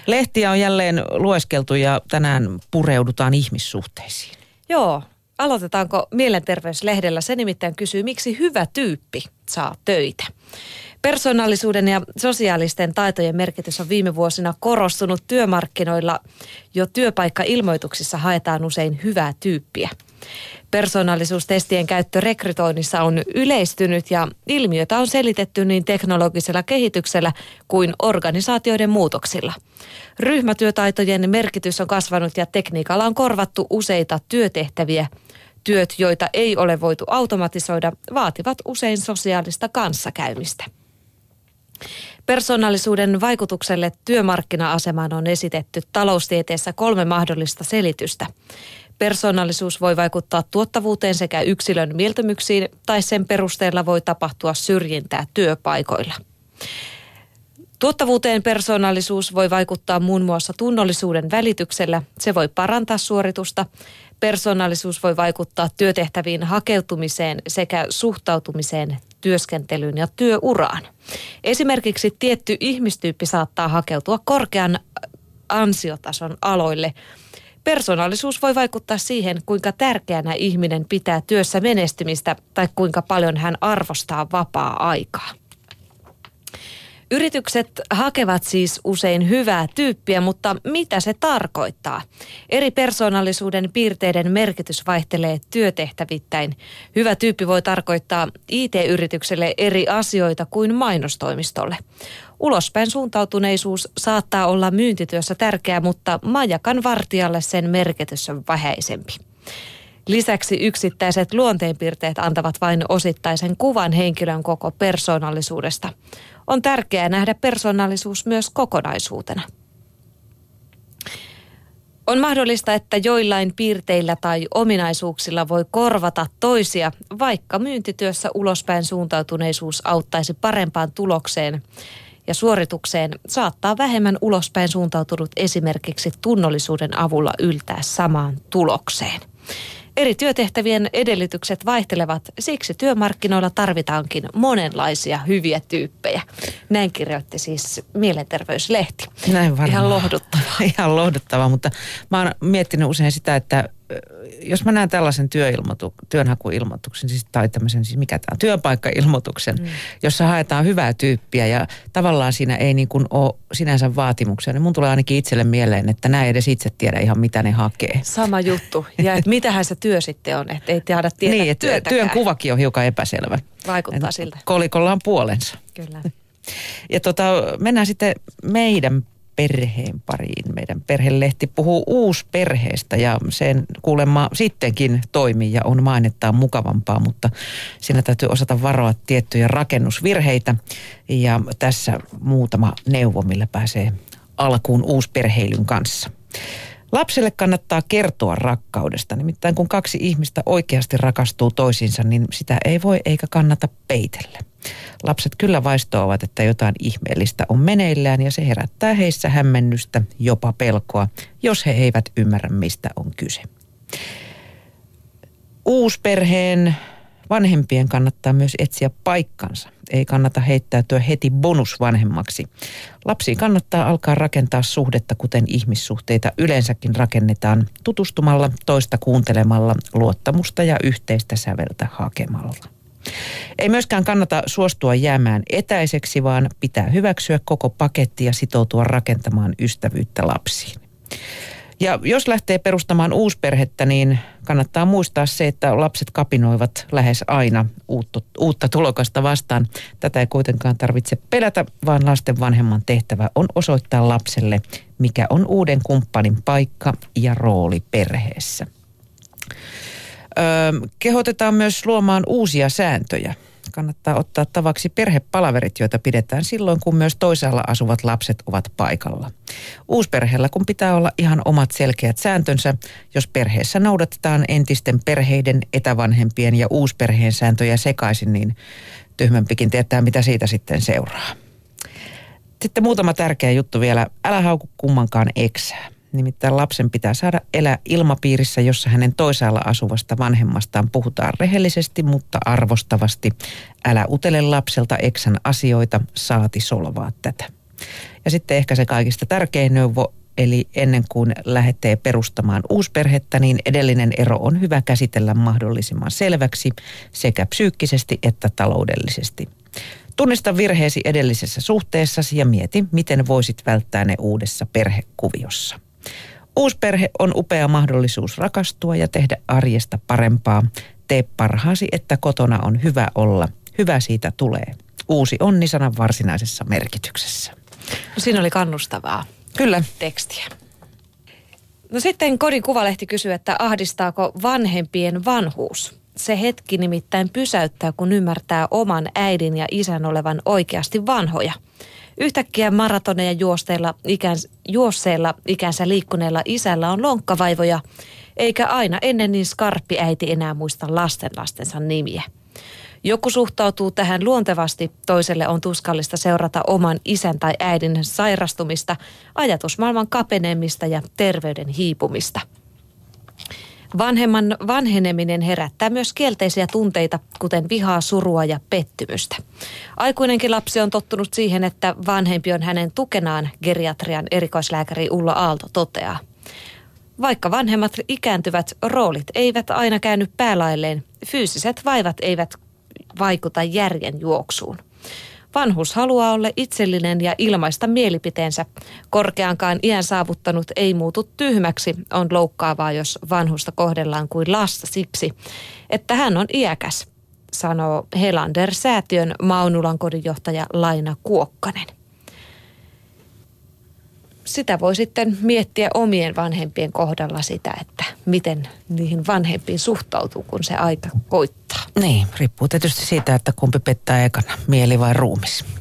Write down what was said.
Lehtiä on jälleen lueskeltu ja tänään pureudutaan ihmissuhteisiin. Joo, aloitetaanko Mielenterveyslehdellä? Se nimittäin kysyy, miksi hyvä tyyppi saa töitä. Persoonallisuuden ja sosiaalisten taitojen merkitys on viime vuosina korostunut työmarkkinoilla. Jo työpaikkailmoituksissa haetaan usein hyvää tyyppiä. Persoonallisuustestien käyttö rekrytoinnissa on yleistynyt ja ilmiötä on selitetty niin teknologisella kehityksellä kuin organisaatioiden muutoksilla. Ryhmätyötaitojen merkitys on kasvanut ja tekniikalla on korvattu useita työtehtäviä. Työt, joita ei ole voitu automatisoida, vaativat usein sosiaalista kanssakäymistä. Persoonallisuuden vaikutukselle työmarkkina-asemaan on esitetty taloustieteessä 3 mahdollista selitystä. Persoonallisuus voi vaikuttaa tuottavuuteen sekä yksilön mieltymyksiin, tai sen perusteella voi tapahtua syrjintää työpaikoilla. Tuottavuuteen persoonallisuus voi vaikuttaa muun muassa tunnollisuuden välityksellä. Se voi parantaa suoritusta. Persoonallisuus voi vaikuttaa työtehtäviin hakeutumiseen sekä suhtautumiseen, työskentelyyn ja työuraan. Esimerkiksi tietty ihmistyyppi saattaa hakeutua korkean ansiotason aloille. Persoonallisuus voi vaikuttaa siihen, kuinka tärkeänä ihminen pitää työssä menestymistä tai kuinka paljon hän arvostaa vapaa-aikaa. Yritykset hakevat siis usein hyvää tyyppiä, mutta mitä se tarkoittaa? Eri persoonallisuuden piirteiden merkitys vaihtelee työtehtävittäin. Hyvä tyyppi voi tarkoittaa IT-yritykselle eri asioita kuin mainostoimistolle. Ulospäin suuntautuneisuus saattaa olla myyntityössä tärkeää, mutta majakan vartijalle sen merkitys on vähäisempi. Lisäksi yksittäiset luonteenpiirteet antavat vain osittaisen kuvan henkilön koko persoonallisuudesta. On tärkeää nähdä persoonallisuus myös kokonaisuutena. On mahdollista, että joillain piirteillä tai ominaisuuksilla voi korvata toisia, vaikka myyntityössä ulospäin suuntautuneisuus auttaisi parempaan tulokseen ja suoritukseen, saattaa vähemmän ulospäin suuntautunut esimerkiksi tunnollisuuden avulla yltää samaan tulokseen. Eri työtehtävien edellytykset vaihtelevat, siksi työmarkkinoilla tarvitaankin monenlaisia hyviä tyyppejä. Näin kirjoitti siis Mielenterveyslehti. Näin varmaan. Ihan lohduttavaa. Ihan lohduttavaa, mutta mä oon miettinyt usein sitä, että jos mä näen tällaisen työnhakuilmoituksen, tai tämmöisen, siis mikä tämä on, työpaikkailmoituksen, jossa haetaan hyvää tyyppiä ja tavallaan siinä ei niin kuin ole sinänsä vaatimuksia, niin mun tulee ainakin itselle mieleen, että nämä ei edes itse tiedä ihan mitä ne hakee. Sama juttu. Ja että mitähän se työ sitten on, että ei tiedä niin, että työn kuvakin on hiukan epäselvä. Vaikuttaa siltä. Kolikolla on puolensa. Kyllä. Ja mennään sitten meidän perheen pariin. Meidän perhelehti puhuu uusperheestä ja sen kuulemma sittenkin toimii ja on mainettaan mukavampaa, mutta siinä täytyy osata varoa tiettyjä rakennusvirheitä. Ja tässä muutama neuvo, millä pääsee alkuun uusperheilyn kanssa. Lapselle kannattaa kertoa rakkaudesta. Nimittäin kun 2 ihmistä oikeasti rakastuu toisiinsa, niin sitä ei voi eikä kannata peitellä. Lapset kyllä vaistoavat, että jotain ihmeellistä on meneillään ja se herättää heissä hämmennystä, jopa pelkoa, jos he eivät ymmärrä, mistä on kyse. Uusperheen vanhempien kannattaa myös etsiä paikkansa. Ei kannata heittäytyä heti bonusvanhemmaksi. Lapsiin kannattaa alkaa rakentaa suhdetta, kuten ihmissuhteita yleensäkin rakennetaan, tutustumalla, toista kuuntelemalla, luottamusta ja yhteistä säveltä hakemalla. Ei myöskään kannata suostua jäämään etäiseksi, vaan pitää hyväksyä koko paketti ja sitoutua rakentamaan ystävyyttä lapsiin. Ja jos lähtee perustamaan uusperhettä, niin kannattaa muistaa se, että lapset kapinoivat lähes aina uutta tulokasta vastaan. Tätä ei kuitenkaan tarvitse pelätä, vaan lasten vanhemman tehtävä on osoittaa lapselle, mikä on uuden kumppanin paikka ja rooli perheessä. Kehotetaan myös luomaan uusia sääntöjä. Kannattaa ottaa tavaksi perhepalaverit, joita pidetään silloin, kun myös toisaalla asuvat lapset ovat paikalla. Uusperheellä kun pitää olla ihan omat selkeät sääntönsä, jos perheessä noudatetaan entisten perheiden, etävanhempien ja uusperheen sääntöjä sekaisin, niin tyhmempikin tietää, mitä siitä sitten seuraa. Sitten muutama tärkeä juttu vielä. Älä hauku kummankaan eksää. Nimittäin lapsen pitää saada elää ilmapiirissä, jossa hänen toisaalla asuvasta vanhemmastaan puhutaan rehellisesti, mutta arvostavasti. Älä utele lapselta eksän asioita, saati solvaa tätä. Ja sitten ehkä se kaikista tärkein neuvo, eli ennen kuin lähtee perustamaan uusperhettä, niin edellinen ero on hyvä käsitellä mahdollisimman selväksi sekä psyykkisesti että taloudellisesti. Tunnista virheesi edellisessä suhteessasi ja mieti, miten voisit välttää ne uudessa perhekuviossa. Uusperhe on upea mahdollisuus rakastua ja tehdä arjesta parempaa. Tee parhaasi, että kotona on hyvä olla. Hyvä siitä tulee. Uusi onni sanan varsinaisessa merkityksessä. No siinä oli kannustavaa. Kyllä. Tekstiä. No sitten Kodin Kuvalehti kysyy, että ahdistaako vanhempien vanhuus? Se hetki nimittäin pysäyttää, kun ymmärtää oman äidin ja isän olevan oikeasti vanhoja. Yhtäkkiä maratoneja juosseella ikänsä liikkuneella isällä on lonkkavaivoja, eikä aina ennen niin skarppi äiti enää muista lastensa nimiä. Joku suhtautuu tähän luontevasti, toiselle on tuskallista seurata oman isän tai äidin sairastumista, ajatusmaailman kapenemista ja terveyden hiipumista. Vanhemman vanheneminen herättää myös kielteisiä tunteita, kuten vihaa, surua ja pettymystä. Aikuinenkin lapsi on tottunut siihen, että vanhempi on hänen tukenaan, geriatrian erikoislääkäri Ulla Aalto toteaa. Vaikka vanhemmat ikääntyvät, roolit eivät aina käänny päälailleen. Fyysiset vaivat eivät vaikuta järjen juoksuun. Vanhus haluaa olla itsellinen ja ilmaista mielipiteensä. Korkeankaan iän saavuttanut ei muutu tyhmäksi. On loukkaavaa, jos vanhusta kohdellaan kuin lasta siksi, että hän on iäkäs, sanoo Helander-säätiön Maunulan kodinjohtaja Laina Kuokkanen. Sitä voi sitten miettiä omien vanhempien kohdalla sitä, että miten niihin vanhempiin suhtautuu, kun se aika koittaa. Niin, riippuu tietysti siitä, että kumpi pettää ekana, mieli vai ruumis.